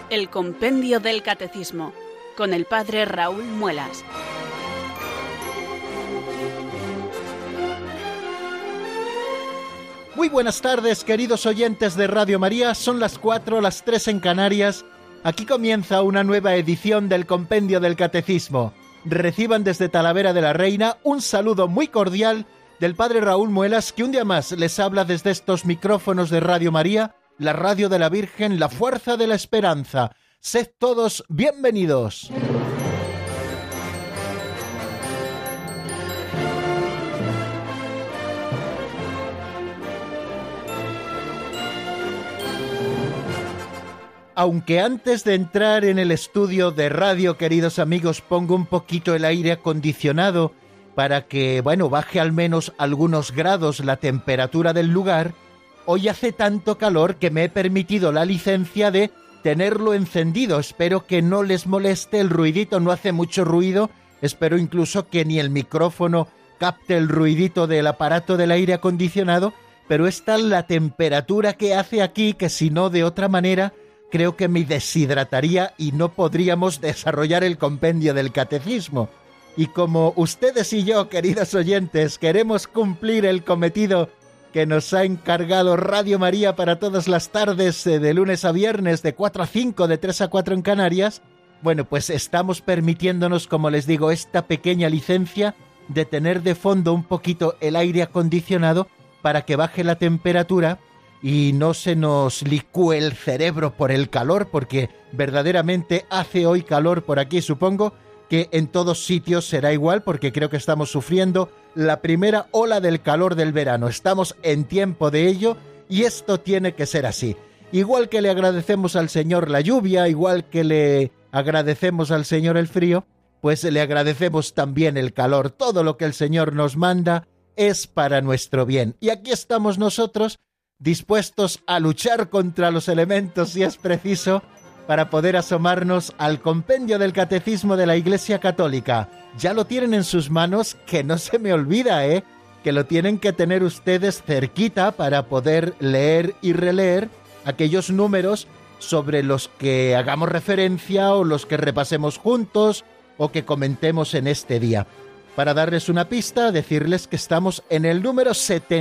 El Compendio del Catecismo, con el Padre Raúl Muelas. Muy buenas tardes, queridos oyentes de Radio María. Son las 4, las 3 en Canarias. Aquí comienza una nueva edición del Compendio del Catecismo. Reciban desde Talavera de la Reina un saludo muy cordial del Padre Raúl Muelas, que un día más les habla desde estos micrófonos de Radio María, la radio de la Virgen, la fuerza de la esperanza. Sed todos bienvenidos. Aunque antes de entrar en el estudio de radio, queridos amigos, pongo un poquito el aire acondicionado para que, baje al menos algunos grados la temperatura del lugar, hoy hace tanto calor que me he permitido la licencia de tenerlo encendido. Espero que no les moleste el ruidito, no hace mucho ruido. Espero incluso que ni el micrófono capte el ruidito del aparato del aire acondicionado, pero esta es la temperatura que hace aquí, que si no de otra manera creo que me deshidrataría y no podríamos desarrollar el compendio del catecismo. Y como ustedes y yo, queridos oyentes, queremos cumplir el cometido que nos ha encargado Radio María para todas las tardes, de lunes a viernes, de 4 a 5, de 3 a 4 en Canarias, pues estamos permitiéndonos, como les digo, esta pequeña licencia de tener de fondo un poquito el aire acondicionado para que baje la temperatura y no se nos licúe el cerebro por el calor, porque verdaderamente hace hoy calor por aquí. Supongo que en todos sitios será igual, porque creo que estamos sufriendo la primera ola del calor del verano. Estamos en tiempo de ello y esto tiene que ser así. Igual que le agradecemos al Señor la lluvia, igual que le agradecemos al Señor el frío, pues le agradecemos también el calor. Todo lo que el Señor nos manda es para nuestro bien. Y aquí estamos nosotros, dispuestos a luchar contra los elementos si es preciso, para poder asomarnos al compendio del Catecismo de la Iglesia Católica. Ya lo tienen en sus manos, que no se me olvida, que lo tienen que tener ustedes cerquita para poder leer y releer aquellos números sobre los que hagamos referencia o los que repasemos juntos o que comentemos en este día. Para darles una pista, decirles que estamos en el número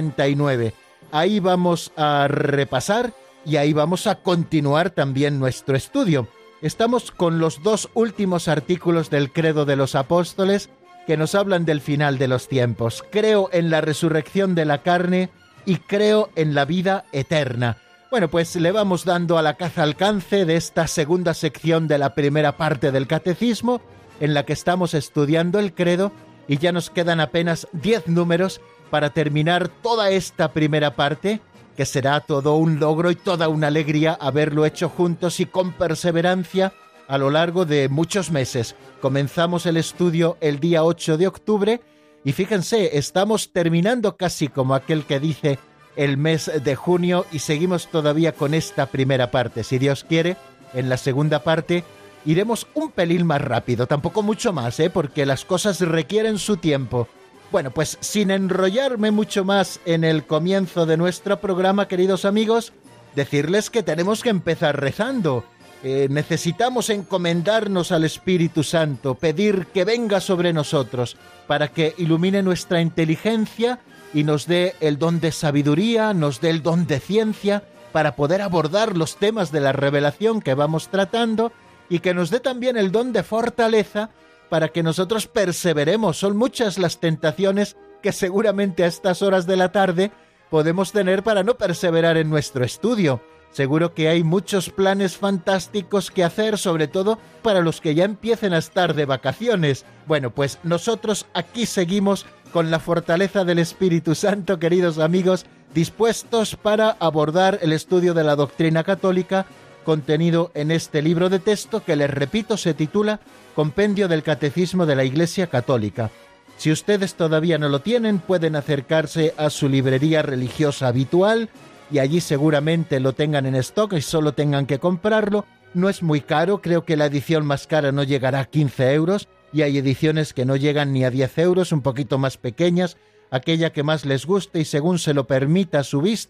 79. Ahí vamos a repasar y ahí vamos a continuar también nuestro estudio. Estamos con los 2 últimos artículos del Credo de los Apóstoles que nos hablan del final de los tiempos. Creo en la resurrección de la carne y creo en la vida eterna. Pues le vamos dando a la caza alcance de esta segunda sección de la primera parte del Catecismo, en la que estamos estudiando el Credo, y ya nos quedan apenas 10 números para terminar toda esta primera parte, que será todo un logro y toda una alegría haberlo hecho juntos y con perseverancia a lo largo de muchos meses. Comenzamos el estudio el día 8 de octubre y fíjense, estamos terminando casi como aquel que dice el mes de junio y seguimos todavía con esta primera parte. Si Dios quiere, en la segunda parte iremos un pelín más rápido, tampoco mucho más, porque las cosas requieren su tiempo. Pues sin enrollarme mucho más en el comienzo de nuestro programa, queridos amigos, decirles que tenemos que empezar rezando. Necesitamos encomendarnos al Espíritu Santo, pedir que venga sobre nosotros para que ilumine nuestra inteligencia y nos dé el don de sabiduría, nos dé el don de ciencia para poder abordar los temas de la revelación que vamos tratando y que nos dé también el don de fortaleza para que nosotros perseveremos. Son muchas las tentaciones que seguramente a estas horas de la tarde podemos tener para no perseverar en nuestro estudio. Seguro que hay muchos planes fantásticos que hacer, sobre todo para los que ya empiecen a estar de vacaciones. Pues nosotros aquí seguimos con la fortaleza del Espíritu Santo, queridos amigos, dispuestos para abordar el estudio de la doctrina católica contenido en este libro de texto que, les repito, se titula Compendio del Catecismo de la Iglesia Católica. Si ustedes todavía no lo tienen, pueden acercarse a su librería religiosa habitual y allí seguramente lo tengan en stock y solo tengan que comprarlo. No es muy caro, creo que la edición más cara no llegará a 15 euros y hay ediciones que no llegan ni a 10 euros, un poquito más pequeñas, aquella que más les guste y según se lo permita su vista,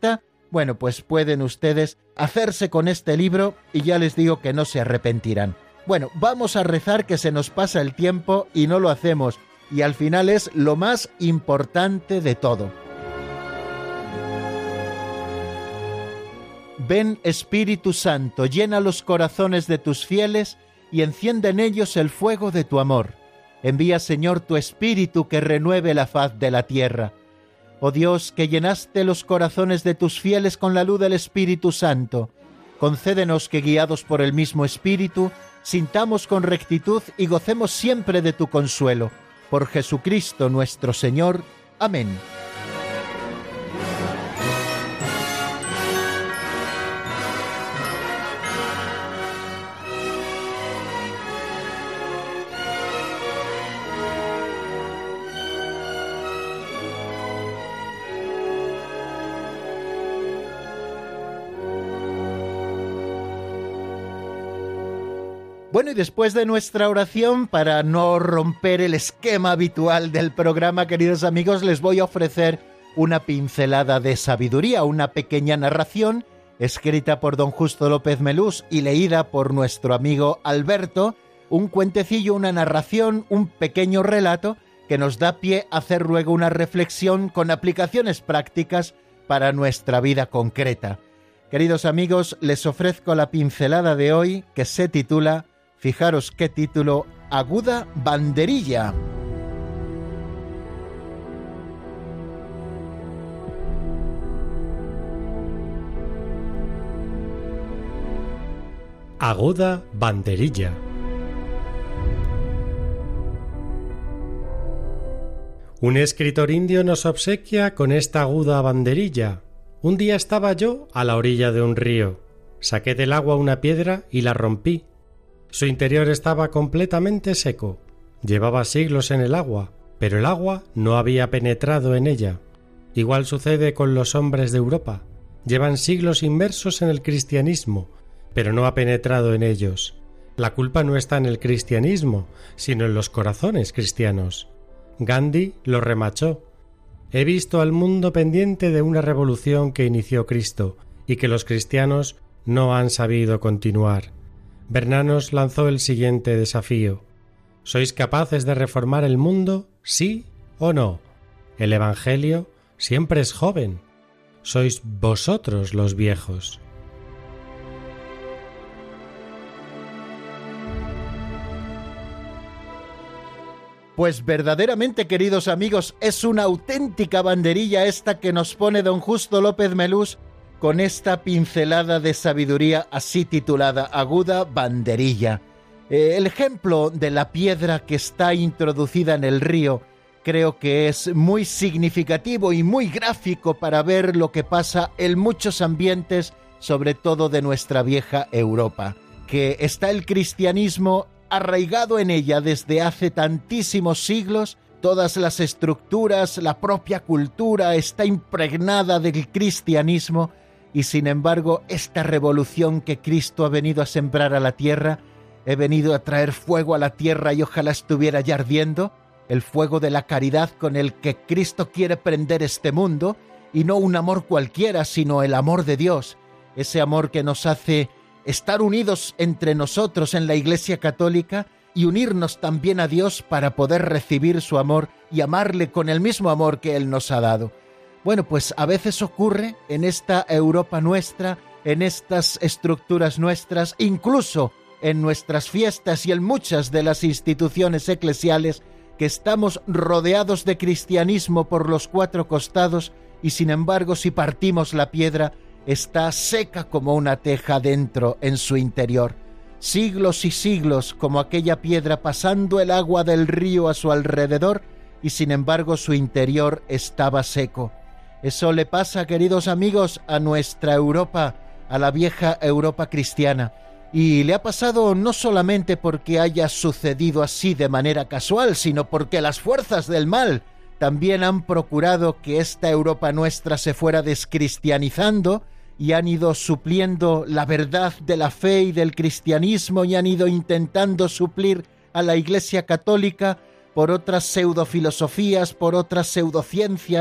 Bueno, pues pueden ustedes hacerse con este libro y ya les digo que no se arrepentirán. Bueno, vamos a rezar, que se nos pasa el tiempo y no lo hacemos, y al final es lo más importante de todo. Ven, Espíritu Santo, llena los corazones de tus fieles y enciende en ellos el fuego de tu amor. Envía, Señor, tu Espíritu que renueve la faz de la tierra. Oh Dios, que llenaste los corazones de tus fieles con la luz del Espíritu Santo, concédenos que, guiados por el mismo Espíritu, sintamos con rectitud y gocemos siempre de tu consuelo. Por Jesucristo nuestro Señor. Amén. Bueno, y después de nuestra oración, para no romper el esquema habitual del programa, queridos amigos, les voy a ofrecer una pincelada de sabiduría, una pequeña narración escrita por don Justo López Melús y leída por nuestro amigo Alberto, un cuentecillo, una narración, un pequeño relato que nos da pie a hacer luego una reflexión con aplicaciones prácticas para nuestra vida concreta. Queridos amigos, les ofrezco la pincelada de hoy, que se titula, fijaros qué título, Aguda Banderilla. Aguda banderilla. Un escritor indio nos obsequia con esta aguda banderilla. Un día estaba yo a la orilla de un río. Saqué del agua una piedra y la rompí. Su interior estaba completamente seco. Llevaba siglos en el agua, pero el agua no había penetrado en ella. Igual sucede con los hombres de Europa. Llevan siglos inmersos en el cristianismo, pero no ha penetrado en ellos. La culpa no está en el cristianismo, sino en los corazones cristianos. Gandhi lo remachó. He visto al mundo pendiente de una revolución que inició Cristo y que los cristianos no han sabido continuar. Bernanos lanzó el siguiente desafío. ¿Sois capaces de reformar el mundo, sí o no? El Evangelio siempre es joven. Sois vosotros los viejos. Pues verdaderamente, queridos amigos, es una auténtica banderilla esta que nos pone don Justo López Melús con esta pincelada de sabiduría así titulada Aguda Banderilla. El ejemplo de la piedra que está introducida en el río creo que es muy significativo y muy gráfico para ver lo que pasa en muchos ambientes, sobre todo de nuestra vieja Europa, que está el cristianismo arraigado en ella desde hace tantísimos siglos. Todas las estructuras, la propia cultura está impregnada del cristianismo y sin embargo esta revolución que Cristo ha venido a sembrar a la tierra, he venido a traer fuego a la tierra y ojalá estuviera ya ardiendo, el fuego de la caridad con el que Cristo quiere prender este mundo, y no un amor cualquiera, sino el amor de Dios, ese amor que nos hace estar unidos entre nosotros en la Iglesia Católica y unirnos también a Dios para poder recibir su amor y amarle con el mismo amor que Él nos ha dado. Bueno, pues a veces ocurre en esta Europa nuestra, en estas estructuras nuestras, incluso en nuestras fiestas y en muchas de las instituciones eclesiales, que estamos rodeados de cristianismo por los cuatro costados y sin embargo si partimos la piedra está seca como una teja dentro en su interior. Siglos y siglos como aquella piedra pasando el agua del río a su alrededor y sin embargo su interior estaba seco. Eso le pasa, queridos amigos, a nuestra Europa, a la vieja Europa cristiana. Y le ha pasado no solamente porque haya sucedido así de manera casual, sino porque las fuerzas del mal también han procurado que esta Europa nuestra se fuera descristianizando y han ido supliendo la verdad de la fe y del cristianismo y han ido intentando suplir a la Iglesia Católica por otras pseudofilosofías, por otras pseudociencias,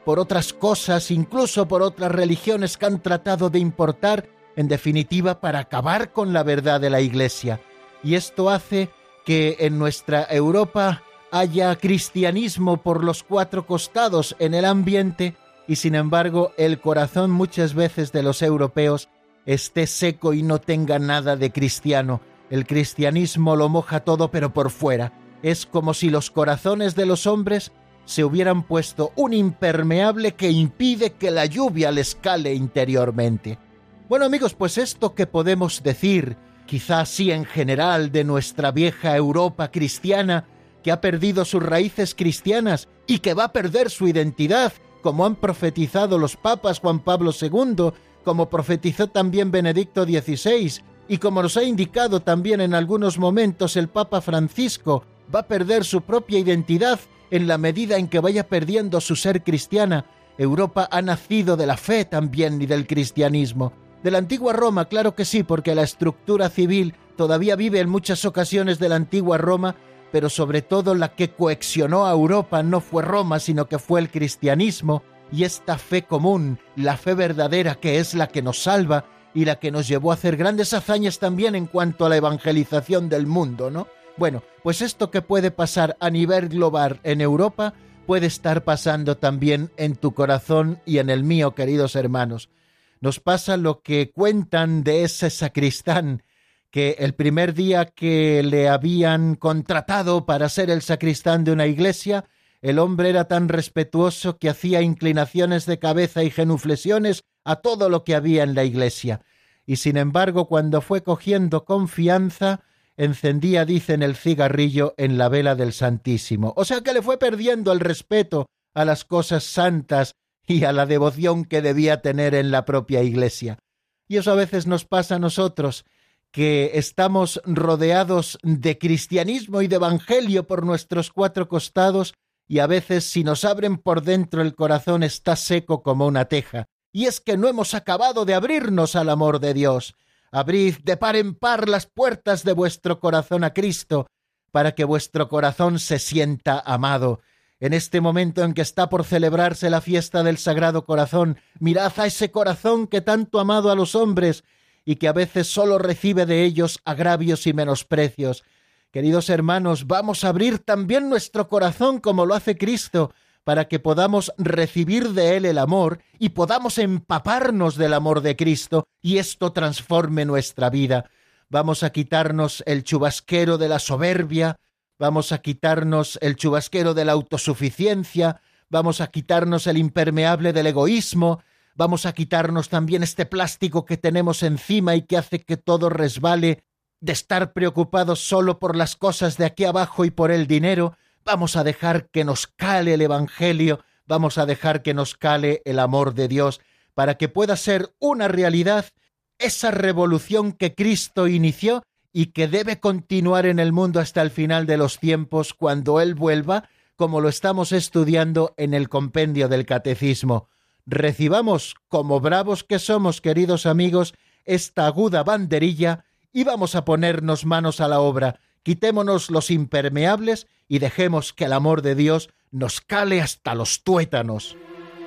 por otras cosas, incluso por otras religiones que han tratado de importar, en definitiva, para acabar con la verdad de la Iglesia. Y esto hace que en nuestra Europa haya cristianismo por los cuatro costados en el ambiente y, sin embargo, el corazón muchas veces de los europeos esté seco y no tenga nada de cristiano. El cristianismo lo moja todo, pero por fuera. Es como si los corazones de los hombres se hubieran puesto un impermeable que impide que la lluvia les cale interiormente. Bueno, amigos, pues esto que podemos decir, quizás sí en general, de nuestra vieja Europa cristiana, que ha perdido sus raíces cristianas y que va a perder su identidad, como han profetizado los papas Juan Pablo II, como profetizó también Benedicto XVI, y como nos ha indicado también en algunos momentos el Papa Francisco, va a perder su propia identidad en la medida en que vaya perdiendo su ser cristiana. Europa ha nacido de la fe también y del cristianismo. De la antigua Roma, claro que sí, porque la estructura civil todavía vive en muchas ocasiones de la antigua Roma, pero sobre todo la que cohesionó a Europa no fue Roma, sino que fue el cristianismo, y esta fe común, la fe verdadera, que es la que nos salva y la que nos llevó a hacer grandes hazañas también en cuanto a la evangelización del mundo, ¿no? Bueno, pues esto que puede pasar a nivel global en Europa puede estar pasando también en tu corazón y en el mío, queridos hermanos. Nos pasa lo que cuentan de ese sacristán, que el primer día que le habían contratado para ser el sacristán de una iglesia, el hombre era tan respetuoso que hacía inclinaciones de cabeza y genuflexiones a todo lo que había en la iglesia. Y sin embargo, cuando fue cogiendo confianza, encendía, dicen, el cigarrillo en la vela del Santísimo. O sea que le fue perdiendo el respeto a las cosas santas y a la devoción que debía tener en la propia iglesia. Y eso a veces nos pasa a nosotros, que estamos rodeados de cristianismo y de evangelio por nuestros cuatro costados, y a veces, si nos abren por dentro, el corazón está seco como una teja. Y es que no hemos acabado de abrirnos al amor de Dios. Abrid de par en par las puertas de vuestro corazón a Cristo, para que vuestro corazón se sienta amado. En este momento en que está por celebrarse la fiesta del Sagrado Corazón, mirad a ese corazón que tanto ha amado a los hombres y que a veces solo recibe de ellos agravios y menosprecios. Queridos hermanos, vamos a abrir también nuestro corazón como lo hace Cristo, para que podamos recibir de Él el amor y podamos empaparnos del amor de Cristo y esto transforme nuestra vida. Vamos a quitarnos el chubasquero de la soberbia, vamos a quitarnos el chubasquero de la autosuficiencia, vamos a quitarnos el impermeable del egoísmo, vamos a quitarnos también este plástico que tenemos encima y que hace que todo resbale, de estar preocupados solo por las cosas de aquí abajo y por el dinero. Vamos a dejar que nos cale el Evangelio, vamos a dejar que nos cale el amor de Dios, para que pueda ser una realidad esa revolución que Cristo inició y que debe continuar en el mundo hasta el final de los tiempos, cuando Él vuelva, como lo estamos estudiando en el compendio del Catecismo. Recibamos, como bravos que somos, queridos amigos, esta aguda banderilla y vamos a ponernos manos a la obra. Quitémonos los impermeables y dejemos que el amor de Dios nos cale hasta los tuétanos.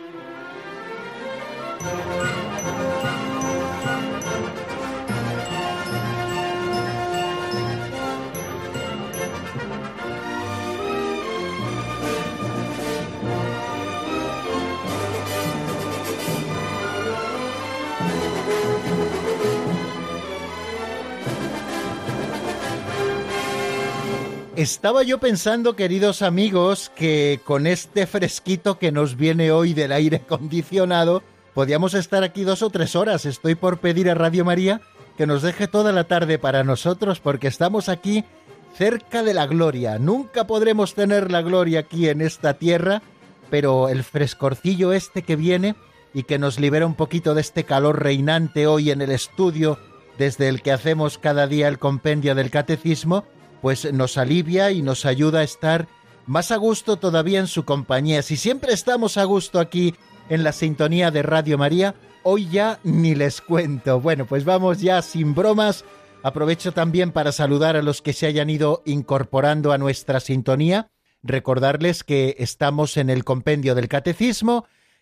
Estaba yo pensando, queridos amigos, que con este fresquito que nos viene hoy del aire acondicionado, podíamos estar aquí 2 o 3 horas. Estoy por pedir a Radio María que nos deje toda la tarde para nosotros, porque estamos aquí cerca de la gloria. Nunca podremos tener la gloria aquí en esta tierra, pero el frescorcillo este que viene y que nos libera un poquito de este calor reinante hoy en el estudio, desde el que hacemos cada día el compendio del Catecismo, pues nos alivia y nos ayuda a estar más a gusto todavía en su compañía. Si siempre estamos a gusto aquí en la sintonía de Radio María, hoy ya ni les cuento. Bueno, pues vamos ya sin bromas. Aprovecho también para saludar a los que se hayan ido incorporando a nuestra sintonía. Recordarles que estamos en el compendio del Catecismo,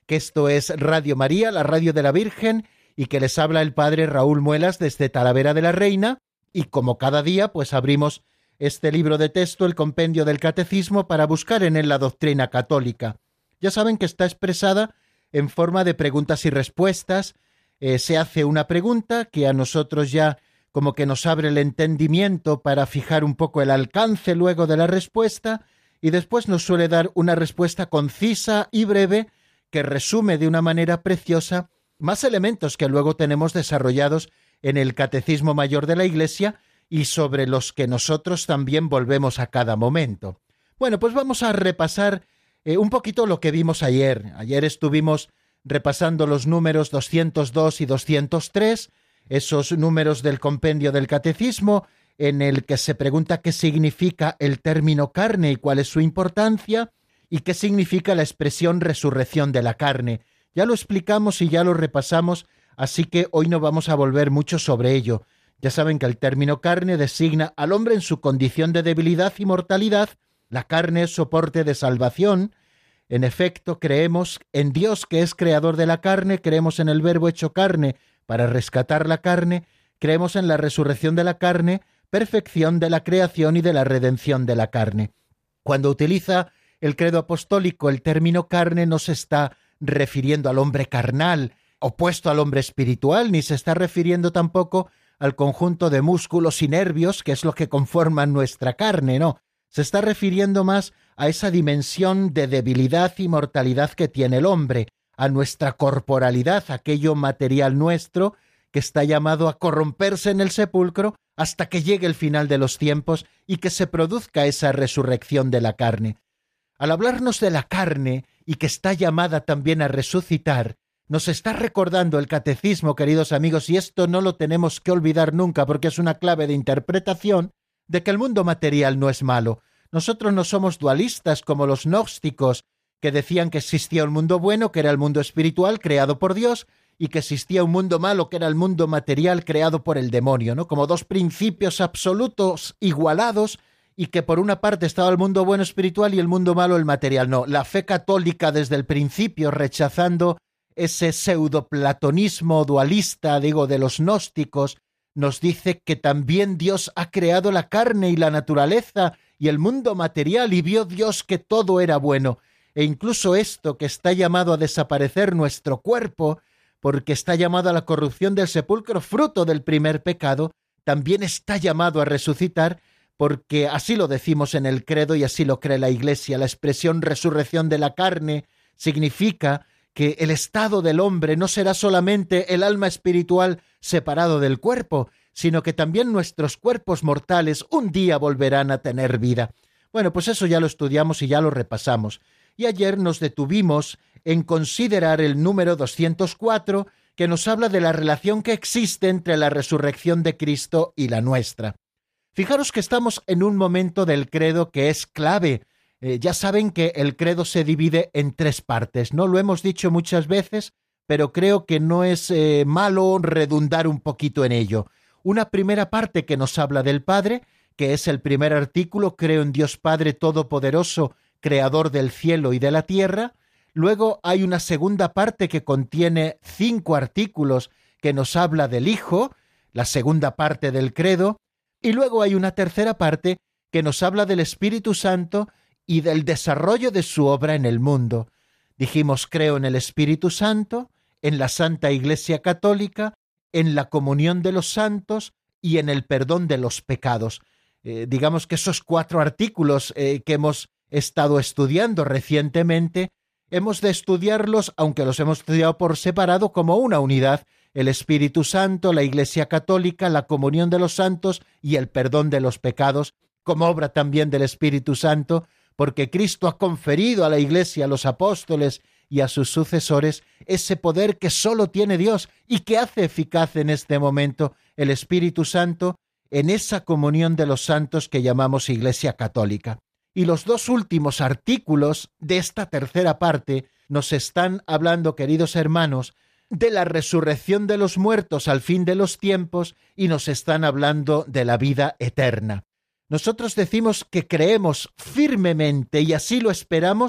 que esto es Radio María, la radio de la Virgen, y que les habla el padre Raúl Muelas desde Talavera de la Reina, y como cada día, pues abrimos este libro de texto, el Compendio del Catecismo, para buscar en él la doctrina católica. Ya saben que está expresada en forma de preguntas y respuestas. Se hace una pregunta que a nosotros ya como que nos abre el entendimiento para fijar un poco el alcance luego de la respuesta, y después nos suele dar una respuesta concisa y breve que resume de una manera preciosa más elementos que luego tenemos desarrollados en el Catecismo Mayor de la Iglesia y sobre los que nosotros también volvemos a cada momento. Bueno, pues vamos a repasar un poquito lo que vimos ayer. Ayer estuvimos repasando los números 202 y 203, esos números del compendio del Catecismo, en el que se pregunta qué significa el término carne y cuál es su importancia, y qué significa la expresión resurrección de la carne. Ya lo explicamos y ya lo repasamos, así que hoy no vamos a volver mucho sobre ello. Ya saben que el término carne designa al hombre en su condición de debilidad y mortalidad. La carne es soporte de salvación. En efecto, creemos en Dios, que es creador de la carne, creemos en el Verbo hecho carne para rescatar la carne, creemos en la resurrección de la carne, perfección de la creación y de la redención de la carne. Cuando utiliza el credo apostólico el término carne, no se está refiriendo al hombre carnal, opuesto al hombre espiritual, ni se está refiriendo tampoco al conjunto de músculos y nervios, que es lo que conforman nuestra carne, no. Se está refiriendo más a esa dimensión de debilidad y mortalidad que tiene el hombre, a nuestra corporalidad, aquello material nuestro, que está llamado a corromperse en el sepulcro hasta que llegue el final de los tiempos y que se produzca esa resurrección de la carne. Al hablarnos de la carne, y que está llamada también a resucitar, nos está recordando el Catecismo, queridos amigos, y esto no lo tenemos que olvidar nunca porque es una clave de interpretación, de que el mundo material no es malo. Nosotros no somos dualistas como los gnósticos, que decían que existía un mundo bueno, que era el mundo espiritual creado por Dios, y que existía un mundo malo, que era el mundo material creado por el demonio, ¿no? Como dos principios absolutos igualados, y que por una parte estaba el mundo bueno espiritual y el mundo malo el material. No, la fe católica desde el principio, rechazando ese pseudoplatonismo dualista, de los gnósticos, nos dice que también Dios ha creado la carne y la naturaleza y el mundo material, y vio Dios que todo era bueno. E incluso esto, que está llamado a desaparecer nuestro cuerpo, porque está llamado a la corrupción del sepulcro, fruto del primer pecado, también está llamado a resucitar, porque así lo decimos en el credo y así lo cree la Iglesia. La expresión resurrección de la carne significa que el estado del hombre no será solamente el alma espiritual separado del cuerpo, sino que también nuestros cuerpos mortales un día volverán a tener vida. Bueno, pues eso ya lo estudiamos y ya lo repasamos. Y ayer nos detuvimos en considerar el número 204, que nos habla de la relación que existe entre la resurrección de Cristo y la nuestra. Fijaros que estamos en un momento del credo que es clave. Ya saben que el credo se divide en tres partes, ¿no? Lo hemos dicho muchas veces, pero creo que no es malo redundar un poquito en ello. Una primera parte que nos habla del Padre, que es el primer artículo, creo en Dios Padre Todopoderoso, Creador del cielo y de la tierra. Luego hay una segunda parte que contiene 5 artículos que nos habla del Hijo, la segunda parte del credo. Y luego hay una tercera parte que nos habla del Espíritu Santo y del desarrollo de su obra en el mundo. Dijimos, creo en el Espíritu Santo, en la Santa Iglesia Católica, en la comunión de los santos y en el perdón de los pecados. Digamos que esos 4 artículos que hemos estado estudiando recientemente, hemos de estudiarlos, aunque los hemos estudiado por separado, como una unidad: el Espíritu Santo, la Iglesia Católica, la comunión de los santos y el perdón de los pecados, como obra también del Espíritu Santo, porque Cristo ha conferido a la Iglesia, a los apóstoles y a sus sucesores ese poder que solo tiene Dios y que hace eficaz en este momento el Espíritu Santo en esa comunión de los santos que llamamos Iglesia Católica. Y los 2 últimos artículos de esta tercera parte nos están hablando, queridos hermanos, de la resurrección de los muertos al fin de los tiempos y nos están hablando de la vida eterna. Nosotros decimos que creemos firmemente, y así lo esperamos,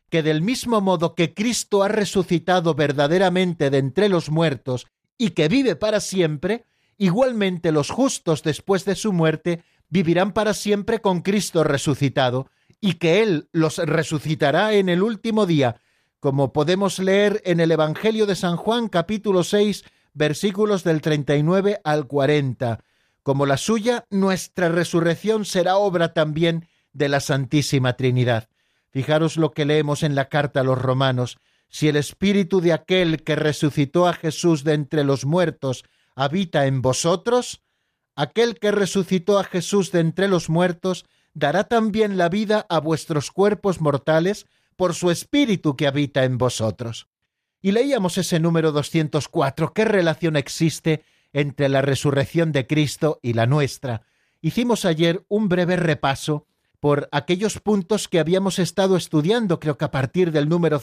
que del mismo modo que Cristo ha resucitado verdaderamente de entre los muertos y que vive para siempre, igualmente los justos después de su muerte vivirán para siempre con Cristo resucitado, y que Él los resucitará en el último día, como podemos leer en el Evangelio de San Juan, capítulo 6, versículos del 39 al 40. Como la suya, nuestra resurrección será obra también de la Santísima Trinidad. Fijaros lo que leemos en la carta a los Romanos: si el espíritu de aquel que resucitó a Jesús de entre los muertos habita en vosotros, aquel que resucitó a Jesús de entre los muertos dará también la vida a vuestros cuerpos mortales por su espíritu que habita en vosotros. Y leíamos ese número 204, ¿qué relación existe entre la resurrección de Cristo y la nuestra? Hicimos ayer un breve repaso por aquellos puntos que habíamos estado estudiando, creo que a partir del número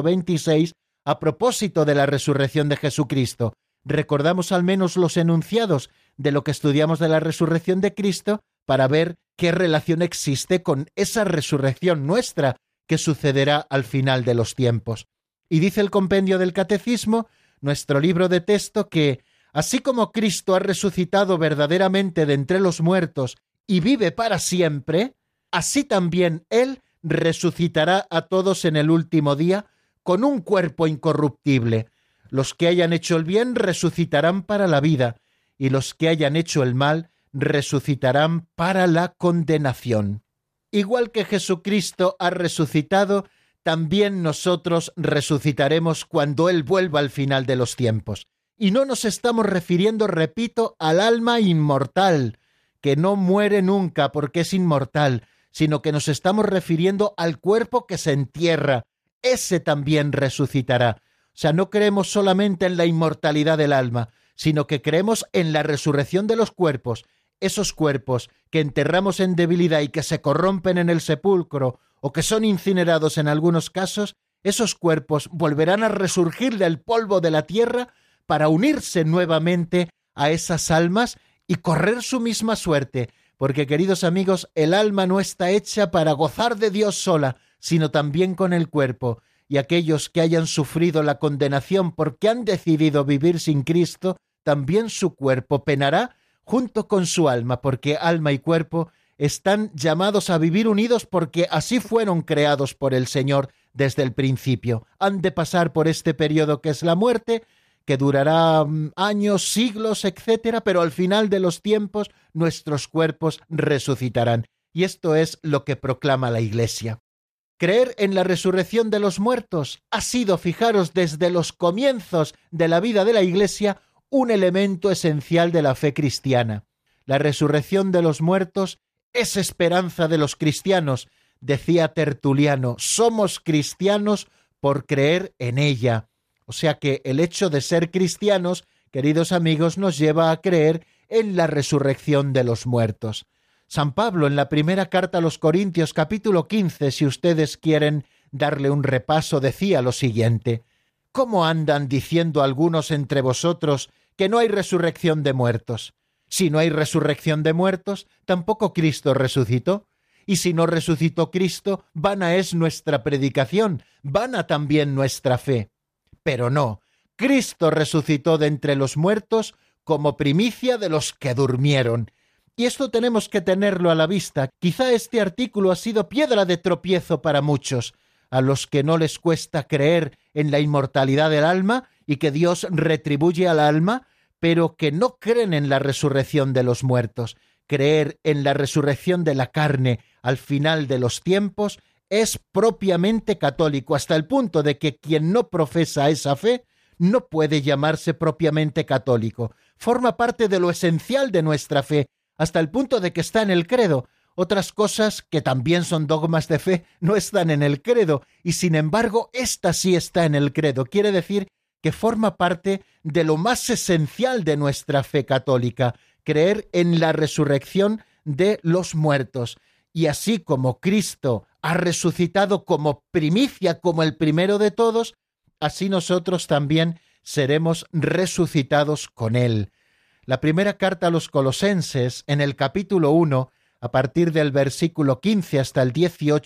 126, a propósito de la resurrección de Jesucristo. Recordamos al menos los enunciados de lo que estudiamos de la resurrección de Cristo para ver qué relación existe con esa resurrección nuestra que sucederá al final de los tiempos. Y dice el compendio del Catecismo, nuestro libro de texto, que así como Cristo ha resucitado verdaderamente de entre los muertos y vive para siempre, así también Él resucitará a todos en el último día con un cuerpo incorruptible. Los que hayan hecho el bien resucitarán para la vida, y los que hayan hecho el mal resucitarán para la condenación. Igual que Jesucristo ha resucitado, también nosotros resucitaremos cuando Él vuelva al final de los tiempos. Y no nos estamos refiriendo, repito, al alma inmortal, que no muere nunca porque es inmortal, sino que nos estamos refiriendo al cuerpo que se entierra. Ese también resucitará. O sea, no creemos solamente en la inmortalidad del alma, sino que creemos en la resurrección de los cuerpos. Esos cuerpos que enterramos en debilidad y que se corrompen en el sepulcro o que son incinerados en algunos casos, esos cuerpos volverán a resurgir del polvo de la tierra para unirse nuevamente a esas almas y correr su misma suerte, porque, queridos amigos, el alma no está hecha para gozar de Dios sola, sino también con el cuerpo, y aquellos que hayan sufrido la condenación porque han decidido vivir sin Cristo, también su cuerpo penará junto con su alma, porque alma y cuerpo están llamados a vivir unidos porque así fueron creados por el Señor desde el principio. Han de pasar por este periodo que es la muerte, que durará años, siglos, etcétera, pero al final de los tiempos nuestros cuerpos resucitarán. Y esto es lo que proclama la Iglesia. Creer en la resurrección de los muertos ha sido, fijaros, desde los comienzos de la vida de la Iglesia, un elemento esencial de la fe cristiana. La resurrección de los muertos es esperanza de los cristianos, decía Tertuliano. Somos cristianos por creer en ella. O sea que el hecho de ser cristianos, queridos amigos, nos lleva a creer en la resurrección de los muertos. San Pablo, en la primera carta a los Corintios, capítulo 15, si ustedes quieren darle un repaso, decía lo siguiente: ¿cómo andan diciendo algunos entre vosotros que no hay resurrección de muertos? Si no hay resurrección de muertos, tampoco Cristo resucitó. Y si no resucitó Cristo, vana es nuestra predicación, vana también nuestra fe. Pero no, Cristo resucitó de entre los muertos como primicia de los que durmieron. Y esto tenemos que tenerlo a la vista. Quizá este artículo ha sido piedra de tropiezo para muchos, a los que no les cuesta creer en la inmortalidad del alma y que Dios retribuye al alma, pero que no creen en la resurrección de los muertos. Creer en la resurrección de la carne al final de los tiempos es propiamente católico, hasta el punto de que quien no profesa esa fe no puede llamarse propiamente católico. Forma parte de lo esencial de nuestra fe, hasta el punto de que está en el credo. Otras cosas, que también son dogmas de fe, no están en el credo, y sin embargo, esta sí está en el credo. Quiere decir que forma parte de lo más esencial de nuestra fe católica, creer en la resurrección de los muertos. Y así como Cristo ha resucitado como primicia, como el primero de todos, así nosotros también seremos resucitados con Él. La primera carta a los Colosenses, en el capítulo 1, a partir del versículo 15 hasta el 18,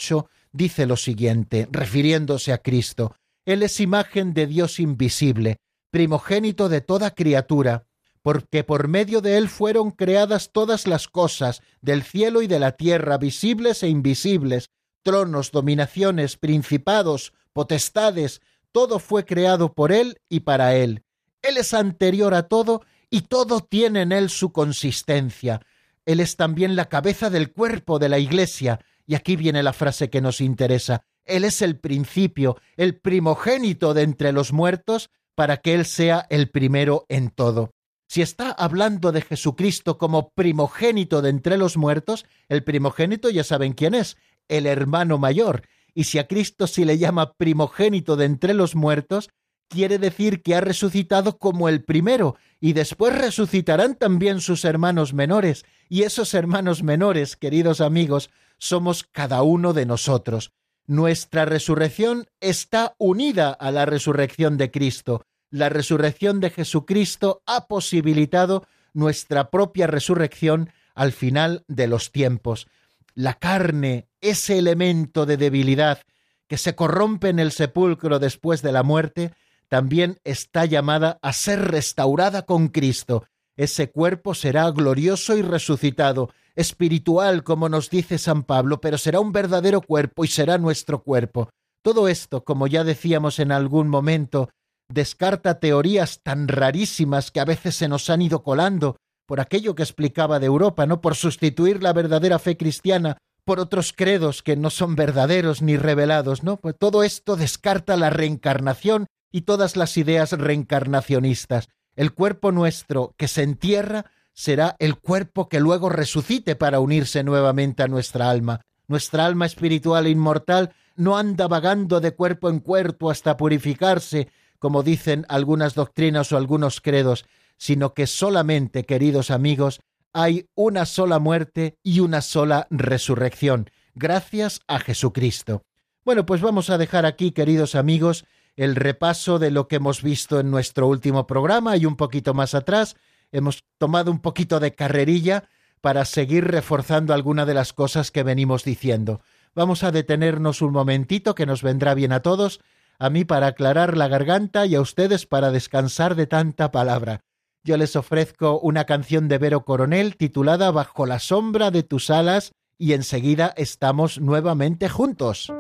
dice lo siguiente, refiriéndose a Cristo: Él es imagen de Dios invisible, primogénito de toda criatura, porque por medio de Él fueron creadas todas las cosas, del cielo y de la tierra, visibles e invisibles, tronos, dominaciones, principados, potestades, todo fue creado por Él y para Él. Él es anterior a todo y todo tiene en Él su consistencia. Él es también la cabeza del cuerpo de la Iglesia. Y aquí viene la frase que nos interesa. Él es el principio, el primogénito de entre los muertos, para que Él sea el primero en todo. Si está hablando de Jesucristo como primogénito de entre los muertos, el primogénito ya saben quién es, el hermano mayor. Y si a Cristo se le llama primogénito de entre los muertos, quiere decir que ha resucitado como el primero, y después resucitarán también sus hermanos menores. Y esos hermanos menores, queridos amigos, somos cada uno de nosotros. Nuestra resurrección está unida a la resurrección de Cristo. La resurrección de Jesucristo ha posibilitado nuestra propia resurrección al final de los tiempos. La carne, ese elemento de debilidad que se corrompe en el sepulcro después de la muerte, también está llamada a ser restaurada con Cristo. Ese cuerpo será glorioso y resucitado, espiritual, como nos dice San Pablo, pero será un verdadero cuerpo y será nuestro cuerpo. Todo esto, como ya decíamos en algún momento, descarta teorías tan rarísimas que a veces se nos han ido colando por aquello que explicaba de Europa, ¿no? Por sustituir la verdadera fe cristiana por otros credos que no son verdaderos ni revelados, ¿no? Pues todo esto descarta la reencarnación y todas las ideas reencarnacionistas. El cuerpo nuestro que se entierra será el cuerpo que luego resucite para unirse nuevamente a nuestra alma. Nuestra alma espiritual e inmortal no anda vagando de cuerpo en cuerpo hasta purificarse, como dicen algunas doctrinas o algunos credos, sino que solamente, queridos amigos, hay una sola muerte y una sola resurrección, gracias a Jesucristo. Bueno, pues vamos a dejar aquí, queridos amigos, el repaso de lo que hemos visto en nuestro último programa y un poquito más atrás. Hemos tomado un poquito de carrerilla para seguir reforzando alguna de las cosas que venimos diciendo. Vamos a detenernos un momentito, que nos vendrá bien a todos, a mí para aclarar la garganta y a ustedes para descansar de tanta palabra. Yo les ofrezco una canción de Vero Coronel titulada Bajo la sombra de tus alas y enseguida estamos nuevamente juntos.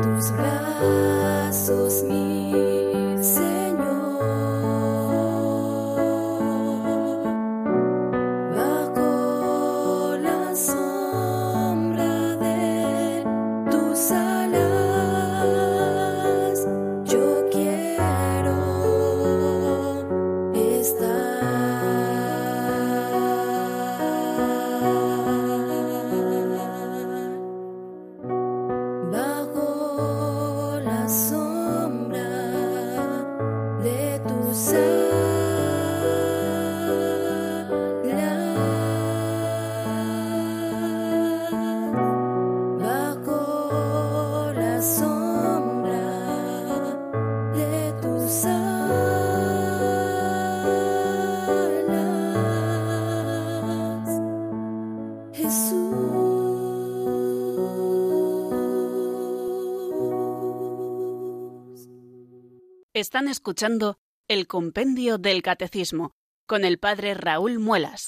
tus brazos, mi Señor, bajo la sombra de tus alas, yo quiero estar. Bajo la sombra de tus alas, bajo la sombra de tus alas, Jesús. Están escuchando el Compendio del Catecismo con el Padre Raúl Muelas.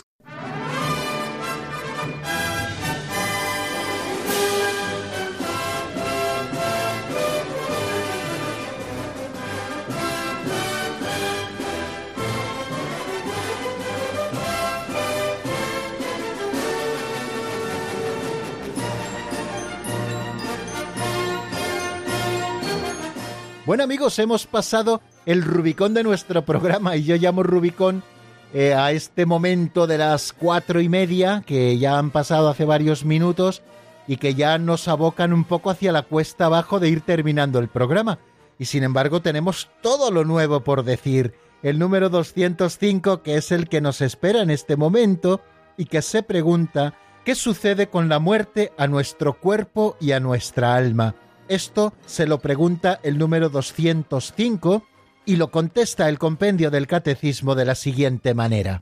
Bueno, amigos, hemos pasado el Rubicón de nuestro programa, y yo llamo Rubicón a este momento de las 4:30, que ya han pasado hace varios minutos y que ya nos abocan un poco hacia la cuesta abajo de ir terminando el programa. Y sin embargo tenemos todo lo nuevo por decir. El número 205, que es el que nos espera en este momento y que se pregunta: ¿qué sucede con la muerte a nuestro cuerpo y a nuestra alma? Esto se lo pregunta el número 205 y lo contesta el Compendio del Catecismo de la siguiente manera.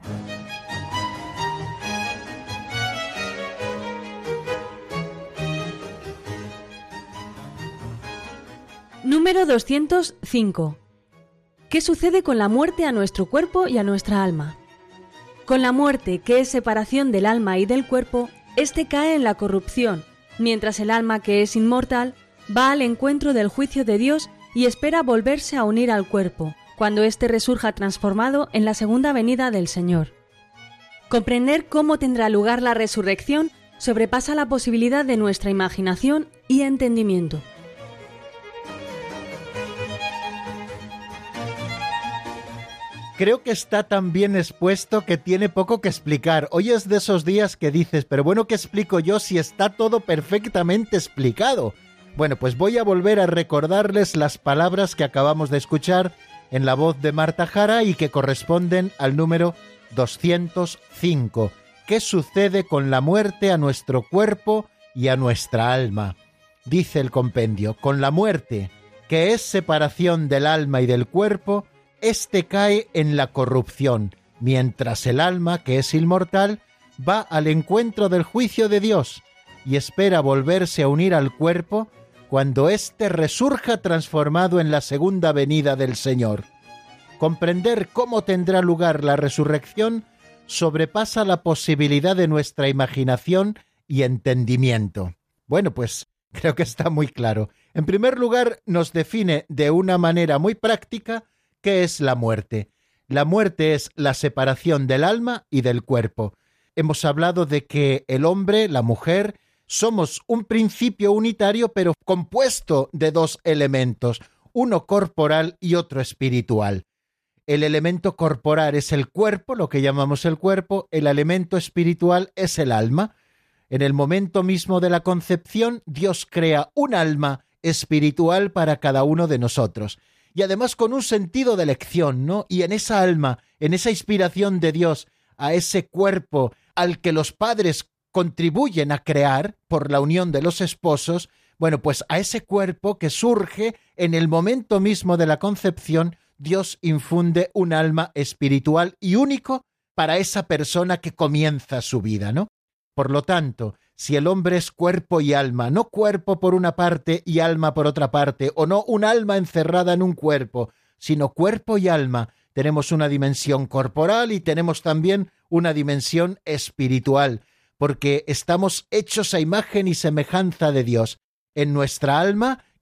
Número 205. ¿Qué sucede con la muerte a nuestro cuerpo y a nuestra alma? Con la muerte, que es separación del alma y del cuerpo, éste cae en la corrupción, mientras el alma, que es inmortal, va al encuentro del juicio de Dios y espera volverse a unir al cuerpo, cuando éste resurja transformado en la segunda venida del Señor. Comprender cómo tendrá lugar la resurrección sobrepasa la posibilidad de nuestra imaginación y entendimiento. Creo que está tan bien expuesto que tiene poco que explicar. Hoy es de esos días que dices, pero bueno, ¿qué explico yo si está todo perfectamente explicado? Bueno, pues voy a volver a recordarles las palabras que acabamos de escuchar en la voz de Marta Jara y que corresponden al número 205. ¿Qué sucede con la muerte a nuestro cuerpo y a nuestra alma? Dice el compendio: con la muerte, que es separación del alma y del cuerpo, éste cae en la corrupción, mientras el alma, que es inmortal, va al encuentro del juicio de Dios y espera volverse a unir al cuerpo cuando éste resurja transformado en la segunda venida del Señor. Comprender cómo tendrá lugar la resurrección sobrepasa la posibilidad de nuestra imaginación y entendimiento. Bueno, pues creo que está muy claro. En primer lugar, nos define de una manera muy práctica qué es la muerte. La muerte es la separación del alma y del cuerpo. Hemos hablado de que el hombre, la mujer, somos un principio unitario, pero compuesto de dos elementos, uno corporal y otro espiritual. El elemento corporal es el cuerpo, lo que llamamos el cuerpo, el elemento espiritual es el alma. En el momento mismo de la concepción, Dios crea un alma espiritual para cada uno de nosotros. Y además con un sentido de elección, ¿no? Y en esa alma, en esa inspiración de Dios, a ese cuerpo al que los padres contribuyen a crear por la unión de los esposos, bueno, pues a ese cuerpo que surge en el momento mismo de la concepción, Dios infunde un alma espiritual y único para esa persona que comienza su vida, ¿no? Por lo tanto, si el hombre es cuerpo y alma, no cuerpo por una parte y alma por otra parte, o no un alma encerrada en un cuerpo, sino cuerpo y alma, tenemos una dimensión corporal y tenemos también una dimensión espiritual, porque estamos hechos a imagen y semejanza de Dios. En nuestra alma,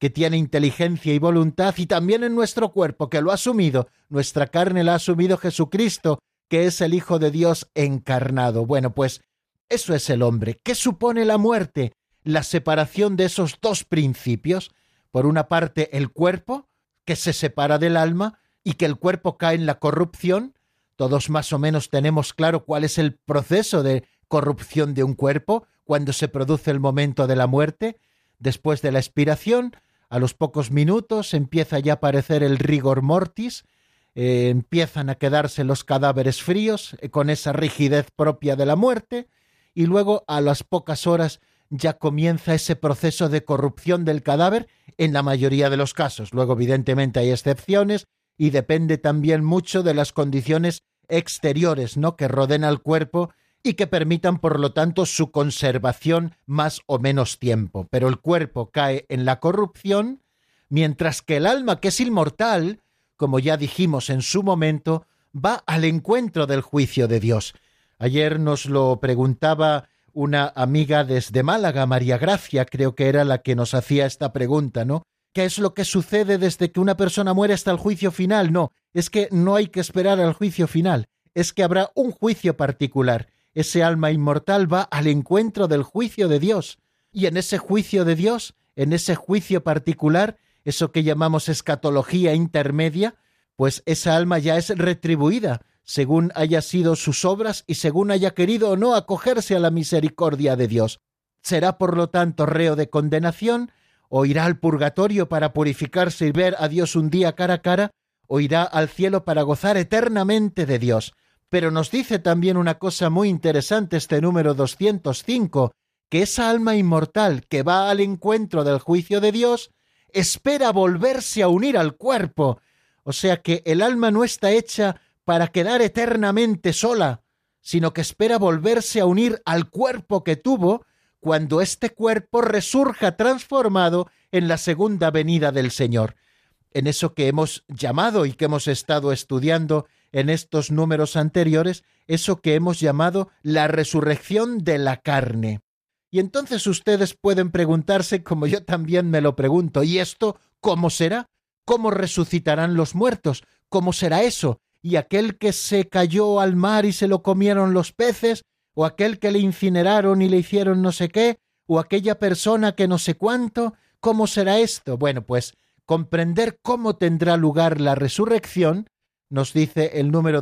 que tiene inteligencia y voluntad, y también en nuestro cuerpo, que lo ha asumido, nuestra carne la ha asumido Jesucristo, que es el Hijo de Dios encarnado. Bueno, pues eso es el hombre. ¿Qué supone la muerte? La separación de esos dos principios. Por una parte, el cuerpo, que se separa del alma y que el cuerpo cae en la corrupción. Todos más o menos tenemos claro cuál es el proceso de corrupción de un cuerpo cuando se produce el momento de la muerte. Después de la expiración, a los pocos minutos empieza ya a aparecer el rigor mortis, empiezan a quedarse los cadáveres fríos con esa rigidez propia de la muerte, y luego a las pocas horas ya comienza ese proceso de corrupción del cadáver en la mayoría de los casos. Luego, evidentemente, hay excepciones y depende también mucho de las condiciones exteriores, ¿no?, que rodeen al cuerpo y que permitan, por lo tanto, su conservación más o menos tiempo. Pero el cuerpo cae en la corrupción, mientras que el alma, que es inmortal, como ya dijimos en su momento, va al encuentro del juicio de Dios. Ayer nos lo preguntaba una amiga desde Málaga, María Gracia, creo que era la que nos hacía esta pregunta, ¿no? ¿Qué es lo que sucede desde que una persona muere hasta el juicio final? No, es que no hay que esperar al juicio final, es que habrá un juicio particular. Ese alma inmortal va al encuentro del juicio de Dios, y en ese juicio de Dios, en ese juicio particular, eso que llamamos escatología intermedia, pues esa alma ya es retribuida, según haya sido sus obras y según haya querido o no acogerse a la misericordia de Dios. Será, por lo tanto, reo de condenación, o irá al purgatorio para purificarse y ver a Dios un día cara a cara, o irá al cielo para gozar eternamente de Dios. Pero nos dice también una cosa muy interesante este número 205, que esa alma inmortal que va al encuentro del juicio de Dios espera volverse a unir al cuerpo. O sea que el alma no está hecha para quedar eternamente sola, sino que espera volverse a unir al cuerpo que tuvo cuando este cuerpo resurja transformado en la segunda venida del Señor. En eso que hemos llamado y que hemos estado estudiando en estos números anteriores, eso que hemos llamado la resurrección de la carne. Y entonces ustedes pueden preguntarse, como yo también me lo pregunto, ¿y esto cómo será? ¿Cómo resucitarán los muertos? ¿Cómo será eso? ¿Y aquel que se cayó al mar y se lo comieron los peces? ¿O aquel que le incineraron y le hicieron no sé qué? ¿O aquella persona que no sé cuánto? ¿Cómo será esto? Bueno, pues comprender cómo tendrá lugar la resurrección, nos dice el número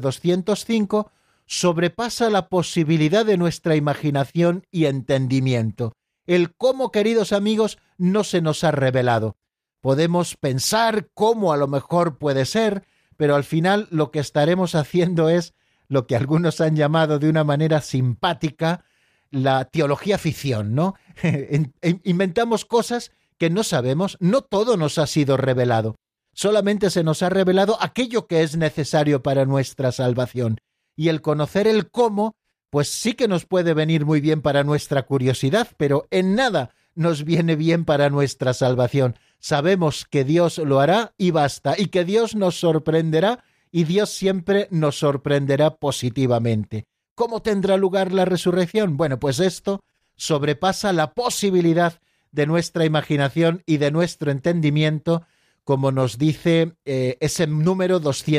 205, sobrepasa la posibilidad de nuestra imaginación y entendimiento. El cómo, queridos amigos, no se nos ha revelado. Podemos pensar cómo a lo mejor puede ser, pero al final lo que estaremos haciendo es lo que algunos han llamado de una manera simpática la teología ficción, ¿no? Inventamos cosas que no sabemos, no todo nos ha sido revelado. Solamente se nos ha revelado aquello que es necesario para nuestra salvación. Y el conocer el cómo, pues sí que nos puede venir muy bien para nuestra curiosidad, pero en nada nos viene bien para nuestra salvación. Sabemos que Dios lo hará y basta, y que Dios nos sorprenderá, y Dios siempre nos sorprenderá positivamente. ¿Cómo tendrá lugar la resurrección? Bueno, pues esto sobrepasa la posibilidad de nuestra imaginación y de nuestro entendimiento, como nos dice ese número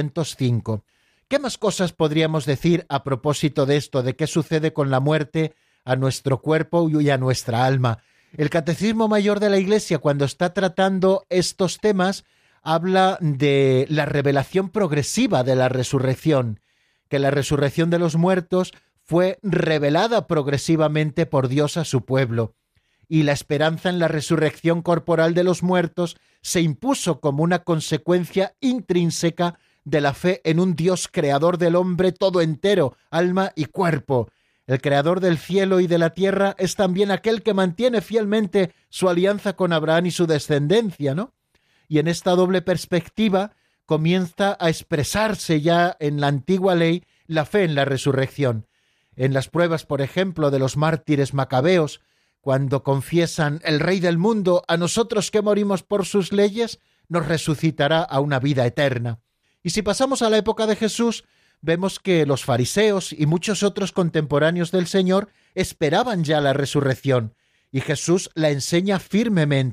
205. ¿Qué más cosas podríamos decir a propósito de esto, de qué sucede con la muerte a nuestro cuerpo y a nuestra alma? El Catecismo Mayor de la Iglesia, cuando está tratando estos temas, habla de la revelación progresiva de la resurrección, que la resurrección de los muertos fue revelada progresivamente por Dios a su pueblo, y la esperanza en la resurrección corporal de los muertos se impuso como una consecuencia intrínseca de la fe en un Dios creador del hombre todo entero, alma y cuerpo. El creador del cielo y de la tierra es también aquel que mantiene fielmente su alianza con Abraham y su descendencia, ¿no? Y en esta doble perspectiva comienza a expresarse ya en la antigua ley la fe en la resurrección. En las pruebas, por ejemplo, de los mártires macabeos, cuando confiesan: el Rey del mundo, a nosotros que morimos por sus leyes, nos resucitará a una vida eterna. Y si pasamos a la época de Jesús, vemos que los fariseos y muchos otros contemporáneos del Señor esperaban ya la resurrección, y Jesús la enseña firmemente.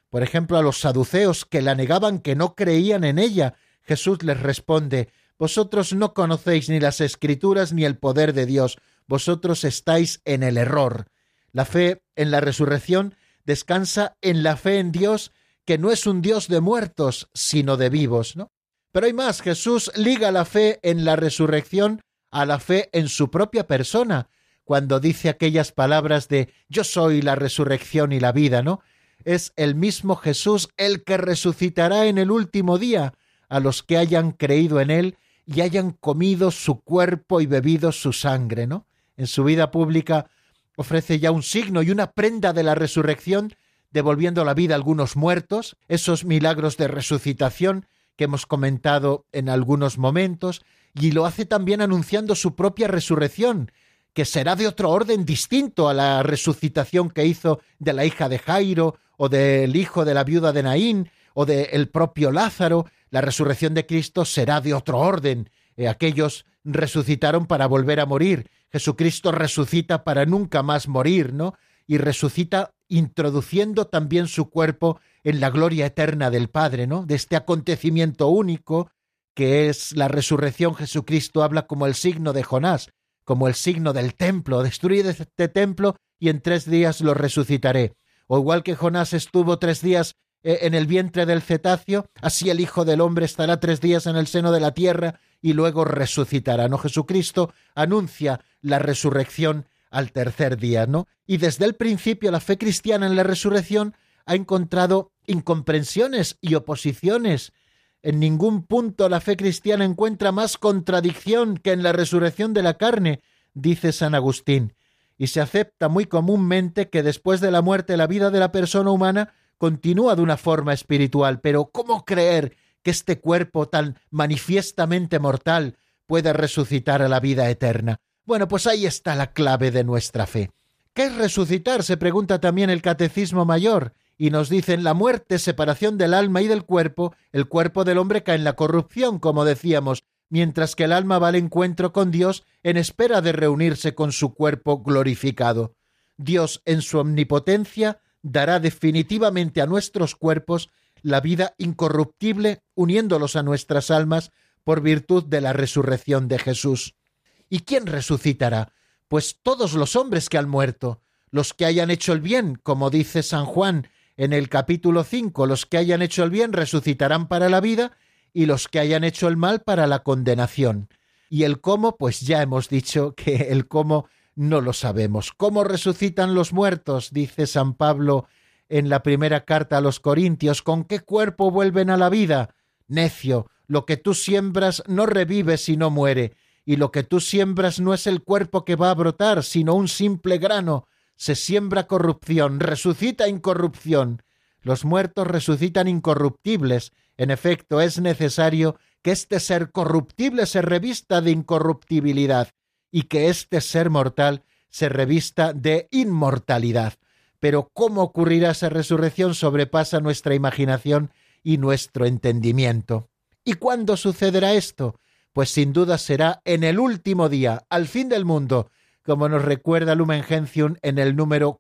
Por ejemplo, a los saduceos que la negaban, que no creían en ella, Jesús les responde: vosotros no conocéis ni las Escrituras ni el poder de Dios, vosotros estáis en el error. La fe en la resurrección descansa en la fe en Dios, que no es un Dios de muertos, sino de vivos, ¿no? Pero hay más, Jesús liga la fe en la resurrección a la fe en su propia persona, cuando dice aquellas palabras de yo soy la resurrección y la vida, ¿no? Es el mismo Jesús el que resucitará en el último día a los que hayan creído en él y hayan comido su cuerpo y bebido su sangre, ¿no? En su vida pública ofrece ya un signo y una prenda de la resurrección, devolviendo la vida a algunos muertos, esos milagros de resucitación que hemos comentado en algunos momentos, y lo hace también anunciando su propia resurrección, que será de otro orden distinto a la resucitación que hizo de la hija de Jairo, o del hijo de la viuda de Naín, o del propio Lázaro. La resurrección de Cristo será de otro orden. Aquellos resucitaron para volver a morir. Jesucristo resucita para nunca más morir, ¿no? Y resucita introduciendo también su cuerpo en la gloria eterna del Padre, ¿no? De este acontecimiento único que es la resurrección. Jesucristo habla como el signo de Jonás, como el signo del templo: destruid este templo y en 3 días lo resucitaré. O igual que Jonás estuvo 3 días en el vientre del cetáceo, así el Hijo del Hombre estará 3 días en el seno de la tierra y luego resucitará, ¿no? Jesucristo anuncia la resurrección al 3er día, ¿no? Y desde el principio la fe cristiana en la resurrección ha encontrado incomprensiones y oposiciones. En ningún punto la fe cristiana encuentra más contradicción que en la resurrección de la carne, dice San Agustín, y se acepta muy comúnmente que después de la muerte la vida de la persona humana continúa de una forma espiritual. Pero ¿cómo creer que este cuerpo tan manifiestamente mortal puede resucitar a la vida eterna? Bueno, pues ahí está la clave de nuestra fe. ¿Qué es resucitar?, se pregunta también el Catecismo Mayor, y nos dicen: la muerte, separación del alma y del cuerpo, el cuerpo del hombre cae en la corrupción, como decíamos, mientras que el alma va al encuentro con Dios en espera de reunirse con su cuerpo glorificado. Dios, en su omnipotencia, dará definitivamente a nuestros cuerpos la vida incorruptible, uniéndolos a nuestras almas por virtud de la resurrección de Jesús. ¿Y quién resucitará? Pues todos los hombres que han muerto, los que hayan hecho el bien, como dice San Juan en el capítulo 5, los que hayan hecho el bien resucitarán para la vida, y los que hayan hecho el mal para la condenación. Y el cómo, pues ya hemos dicho que el cómo no lo sabemos. ¿Cómo resucitan los muertos?, dice San Pablo en la primera carta a los Corintios. ¿Con qué cuerpo vuelven a la vida? Necio, lo que tú siembras no revive sino muere, y lo que tú siembras no es el cuerpo que va a brotar, sino un simple grano. Se siembra corrupción, resucita incorrupción. Los muertos resucitan incorruptibles. En efecto, es necesario que este ser corruptible se revista de incorruptibilidad y que este ser mortal se revista de inmortalidad. Pero cómo ocurrirá esa resurrección sobrepasa nuestra imaginación y nuestro entendimiento. ¿Y cuándo sucederá esto? Pues sin duda será en el último día, al fin del mundo, como nos recuerda Lumen Gentium en el número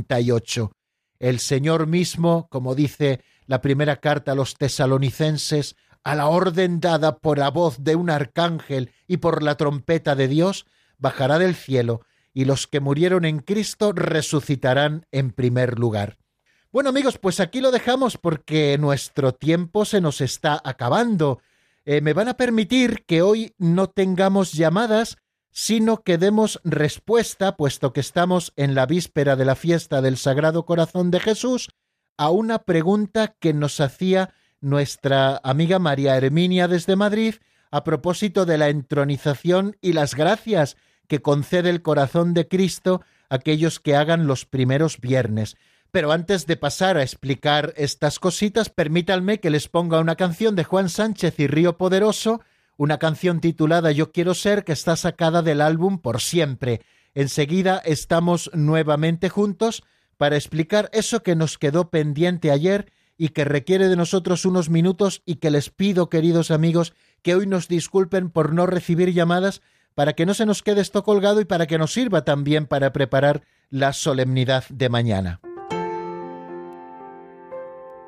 48. El Señor mismo, como dice la primera carta a los tesalonicenses, a la orden dada por la voz de un arcángel y por la trompeta de Dios, bajará del cielo, y los que murieron en Cristo resucitarán en primer lugar. Bueno, amigos, pues aquí lo dejamos porque nuestro tiempo se nos está acabando. Me van a permitir que hoy no tengamos llamadas, sino que demos respuesta, puesto que estamos en la víspera de la fiesta del Sagrado Corazón de Jesús, a una pregunta que nos hacía nuestra amiga María Herminia desde Madrid a propósito de la entronización y las gracias que concede el corazón de Cristo a aquellos que hagan los primeros viernes. Pero antes de pasar a explicar estas cositas, permítanme que les ponga una canción de Juan Sánchez y Río Poderoso, una canción titulada Yo quiero ser, que está sacada del álbum Por Siempre. Enseguida estamos nuevamente juntos para explicar eso que nos quedó pendiente ayer y que requiere de nosotros unos minutos, y que les pido, queridos amigos, que hoy nos disculpen por no recibir llamadas, para que no se nos quede esto colgado y para que nos sirva también para preparar la solemnidad de mañana.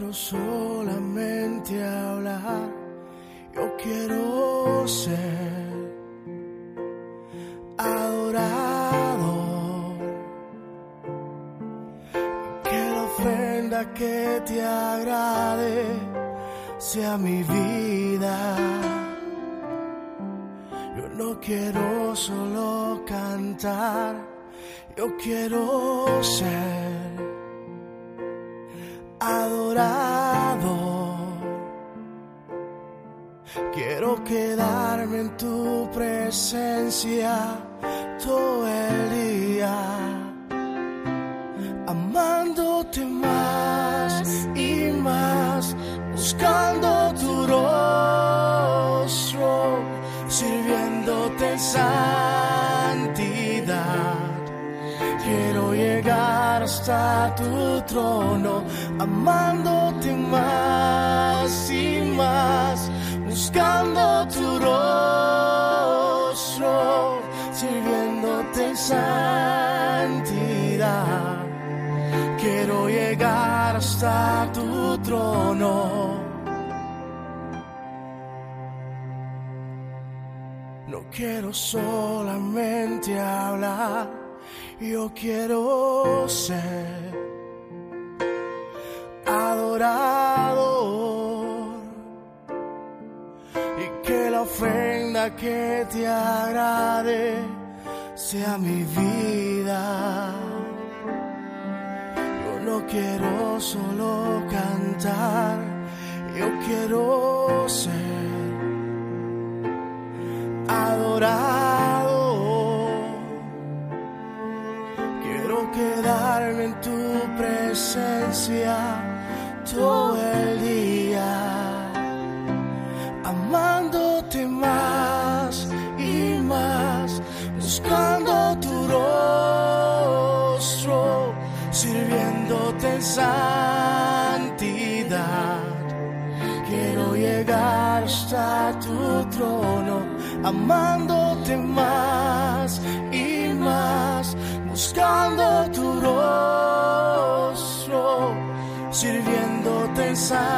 quiero solamente hablar, yo quiero ser adorado, que la ofrenda que te agrade sea mi vida. Yo no quiero solo cantar, yo quiero ser adorado. Quiero quedarme en tu presencia todo el día, amándote más y más, buscando tu rostro, sirviéndote en santidad. Quiero llegar hasta tu trono, amándote más y más, buscando tu rostro, sirviéndote en santidad. Quiero llegar hasta tu trono. No quiero solamente hablar, yo quiero ser adorador, y que la ofrenda que te agrade sea mi vida. Yo no quiero solo cantar, yo quiero ser adorado. Quiero quedarme en tu presencia todo el día, amándote más y más, buscando tu rostro, sirviéndote en santidad. Quiero llegar hasta tu trono, amándote más y más, buscando tu rostro, sirviéndote en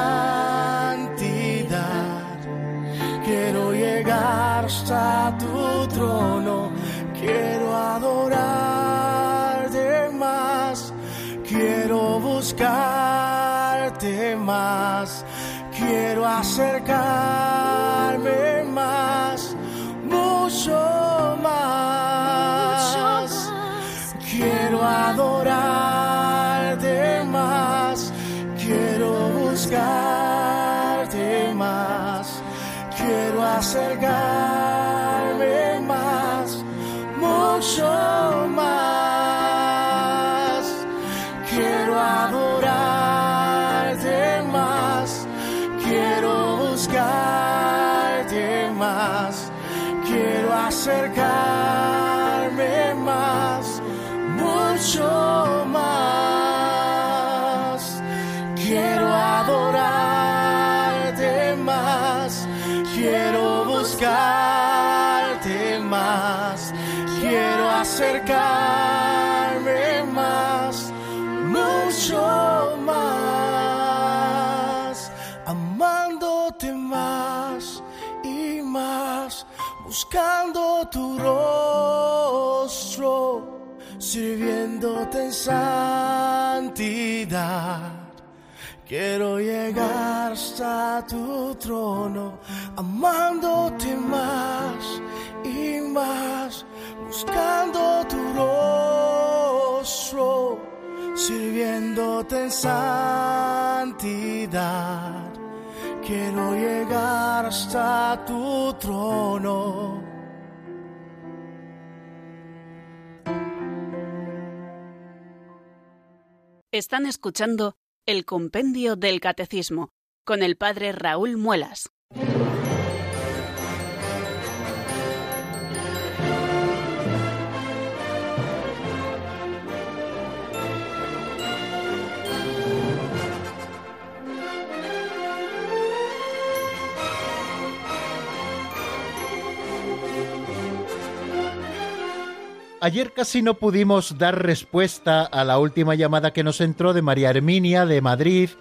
santidad. Quiero llegar hasta tu trono, quiero adorarte más, quiero buscarte más, quiero acercarme más, mucho más. Quiero adorarte más, quiero buscarte más, quiero acercarme más, mucho más. Quiero adorarte más, quiero buscarte más, quiero acercarme más, mucho más. Quiero adorarte más, quiero buscarte más, quiero acercarme más, mucho más, amándote más y más, buscando tu rostro, sirviéndote en santidad. Quiero llegar hasta tu trono, amándote más y más, buscando tu rostro, sirviéndote en santidad. Quiero llegar hasta tu trono. Están escuchando el Compendio del Catecismo con el Padre Raúl Muelas. Ayer casi no pudimos dar respuesta a la última llamada que nos entró de María Herminia de Madrid,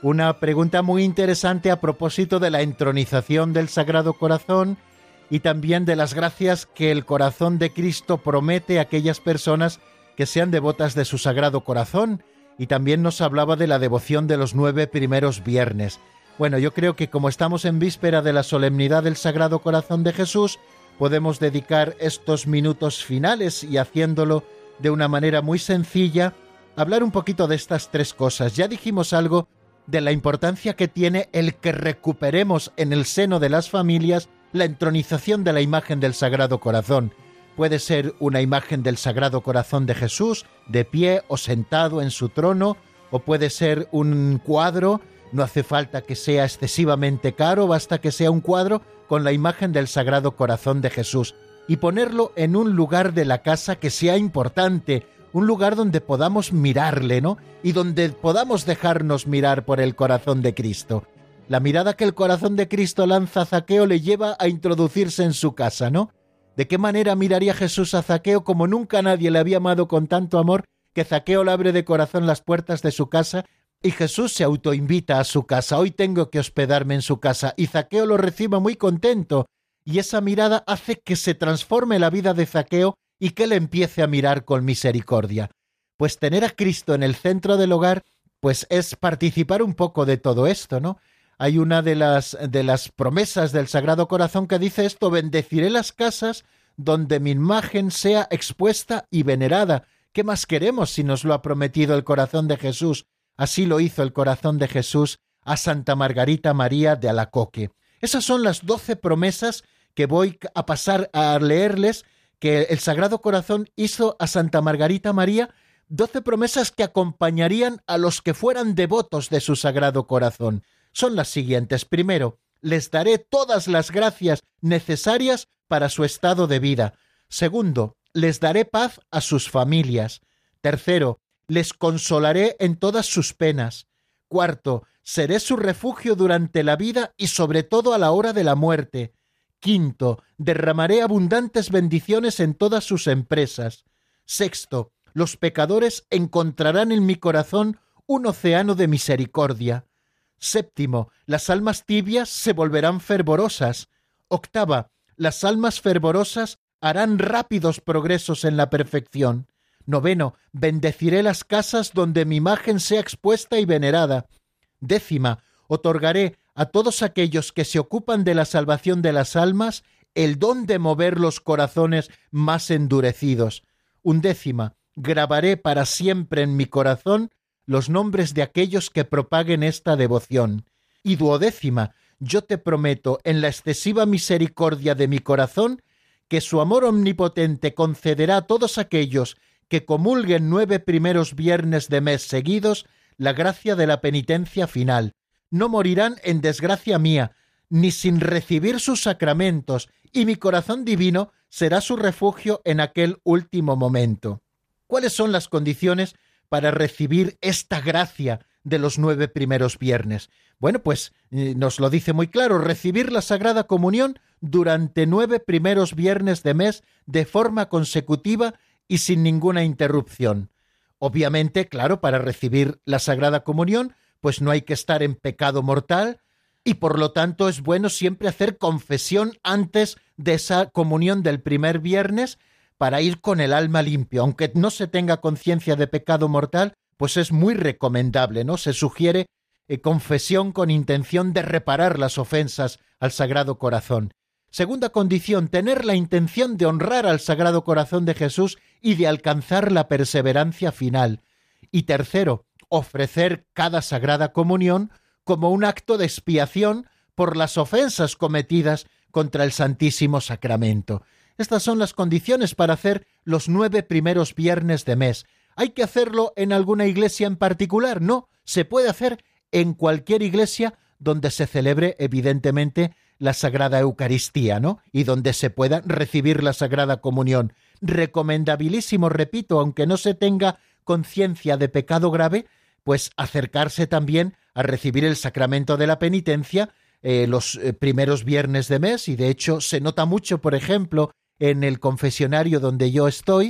Una pregunta muy interesante a propósito de la entronización del Sagrado Corazón y también de las gracias que el corazón de Cristo promete a aquellas personas que sean devotas de su Sagrado Corazón. Y también nos hablaba de la devoción de los 9 primeros viernes. Bueno, yo creo que como estamos en víspera de la solemnidad del Sagrado Corazón de Jesús, podemos dedicar estos minutos finales y haciéndolo de una manera muy sencilla, hablar un poquito de estas 3 cosas. Ya dijimos algo de la importancia que tiene el que recuperemos en el seno de las familias la entronización de la imagen del Sagrado Corazón. Puede ser una imagen del Sagrado Corazón de Jesús, de pie o sentado en su trono, o puede ser un cuadro. No hace falta que sea excesivamente caro, basta que sea un cuadro con la imagen del Sagrado Corazón de Jesús, y ponerlo en un lugar de la casa que sea importante, un lugar donde podamos mirarle, ¿no? Y donde podamos dejarnos mirar por el corazón de Cristo. La mirada que el corazón de Cristo lanza a Zaqueo le lleva a introducirse en su casa, ¿no? ¿De qué manera miraría Jesús a Zaqueo como nunca nadie le había amado con tanto amor, que Zaqueo le abre de corazón las puertas de su casa y Jesús se autoinvita a su casa? Hoy tengo que hospedarme en su casa, y Zaqueo lo recibe muy contento, y esa mirada hace que se transforme la vida de Zaqueo y que él empiece a mirar con misericordia. Pues tener a Cristo en el centro del hogar, pues es participar un poco de todo esto, ¿no? Hay una de las promesas del Sagrado Corazón que dice esto: bendeciré las casas donde mi imagen sea expuesta y venerada. ¿Qué más queremos si nos lo ha prometido el corazón de Jesús? Así lo hizo el corazón de Jesús a Santa Margarita María de Alacoque. Esas son las 12 promesas que voy a pasar a leerles, que el Sagrado Corazón hizo a Santa Margarita María, 12 promesas que acompañarían a los que fueran devotos de su Sagrado Corazón. Son las siguientes. Primero, les daré todas las gracias necesarias para su estado de vida. Segundo, les daré paz a sus familias. Tercero, les consolaré en todas sus penas. Cuarto, seré su refugio durante la vida y sobre todo a la hora de la muerte. Quinto, derramaré abundantes bendiciones en todas sus empresas. Sexto, los pecadores encontrarán en mi corazón un océano de misericordia. Séptimo, las almas tibias se volverán fervorosas. Octava, las almas fervorosas harán rápidos progresos en la perfección. Noveno, bendeciré las casas donde mi imagen sea expuesta y venerada. Décima, otorgaré a todos aquellos que se ocupan de la salvación de las almas el don de mover los corazones más endurecidos. Undécima, grabaré para siempre en mi corazón los nombres de aquellos que propaguen esta devoción. Y duodécima, yo te prometo, en la excesiva misericordia de mi corazón, que su amor omnipotente concederá a todos aquellos que comulguen 9 primeros viernes de mes seguidos la gracia de la penitencia final. No morirán en desgracia mía, ni sin recibir sus sacramentos, y mi corazón divino será su refugio en aquel último momento. ¿Cuáles son las condiciones para recibir esta gracia de los 9 primeros viernes? Bueno, pues nos lo dice muy claro: recibir la Sagrada Comunión durante 9 primeros viernes de mes de forma consecutiva y sin ninguna interrupción. Obviamente, claro, para recibir la Sagrada Comunión, pues no hay que estar en pecado mortal, y por lo tanto es bueno siempre hacer confesión antes de esa comunión del primer viernes, para ir con el alma limpia. Aunque no se tenga conciencia de pecado mortal, pues es muy recomendable, ¿no? Se sugiere confesión con intención de reparar las ofensas al Sagrado Corazón. Segunda condición, tener la intención de honrar al Sagrado Corazón de Jesús y de alcanzar la perseverancia final. Y tercero, ofrecer cada Sagrada Comunión como un acto de expiación por las ofensas cometidas contra el Santísimo Sacramento. Estas son las condiciones para hacer los 9 primeros viernes de mes. ¿Hay que hacerlo en alguna iglesia en particular? No, se puede hacer en cualquier iglesia donde se celebre, evidentemente, la Sagrada Eucaristía, ¿no? Y donde se pueda recibir la Sagrada Comunión. Recomendabilísimo, repito, aunque no se tenga conciencia de pecado grave, pues acercarse también a recibir el sacramento de la penitencia los primeros viernes de mes, y de hecho se nota mucho, por ejemplo, en el confesionario donde yo estoy,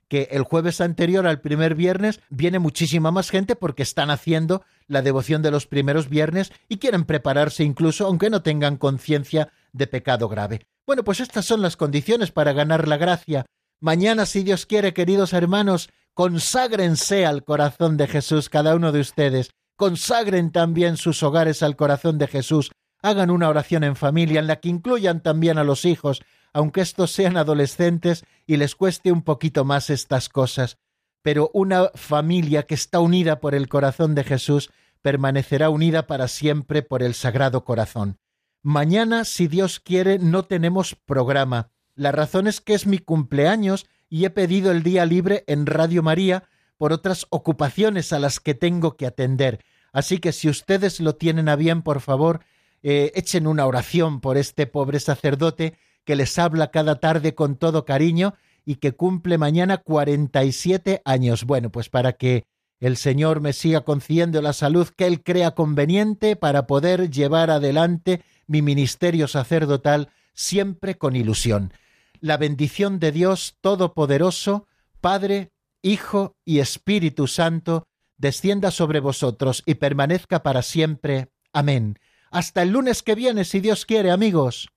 que el jueves anterior al primer viernes viene muchísima más gente porque están haciendo la devoción de los primeros viernes y quieren prepararse incluso aunque no tengan conciencia de pecado grave. Bueno, pues estas son las condiciones para ganar la gracia. Mañana, si Dios quiere, queridos hermanos, conságrense al corazón de Jesús cada uno de ustedes. Consagren también sus hogares al corazón de Jesús. Hagan una oración en familia en la que incluyan también a los hijos, aunque estos sean adolescentes y les cueste un poquito más estas cosas. Pero una familia que está unida por el corazón de Jesús permanecerá unida para siempre por el Sagrado Corazón. Mañana, si Dios quiere, no tenemos programa. La razón es que es mi cumpleaños y he pedido el día libre en Radio María por otras ocupaciones a las que tengo que atender. Así que si ustedes lo tienen a bien, por favor, echen una oración por este pobre sacerdote que les habla cada tarde con todo cariño y que cumple mañana 47 años. Bueno, pues para que el Señor me siga concediendo la salud que Él crea conveniente para poder llevar adelante mi ministerio sacerdotal siempre con ilusión. La bendición de Dios Todopoderoso, Padre, Hijo y Espíritu Santo, descienda sobre vosotros y permanezca para siempre. Amén. Hasta el lunes que viene, si Dios quiere, amigos.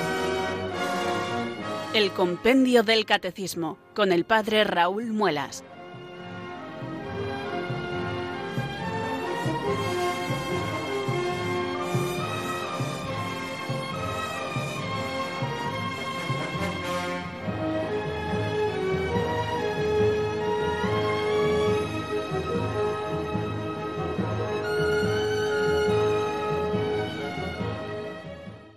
El Compendio del Catecismo, con el Padre Raúl Muelas.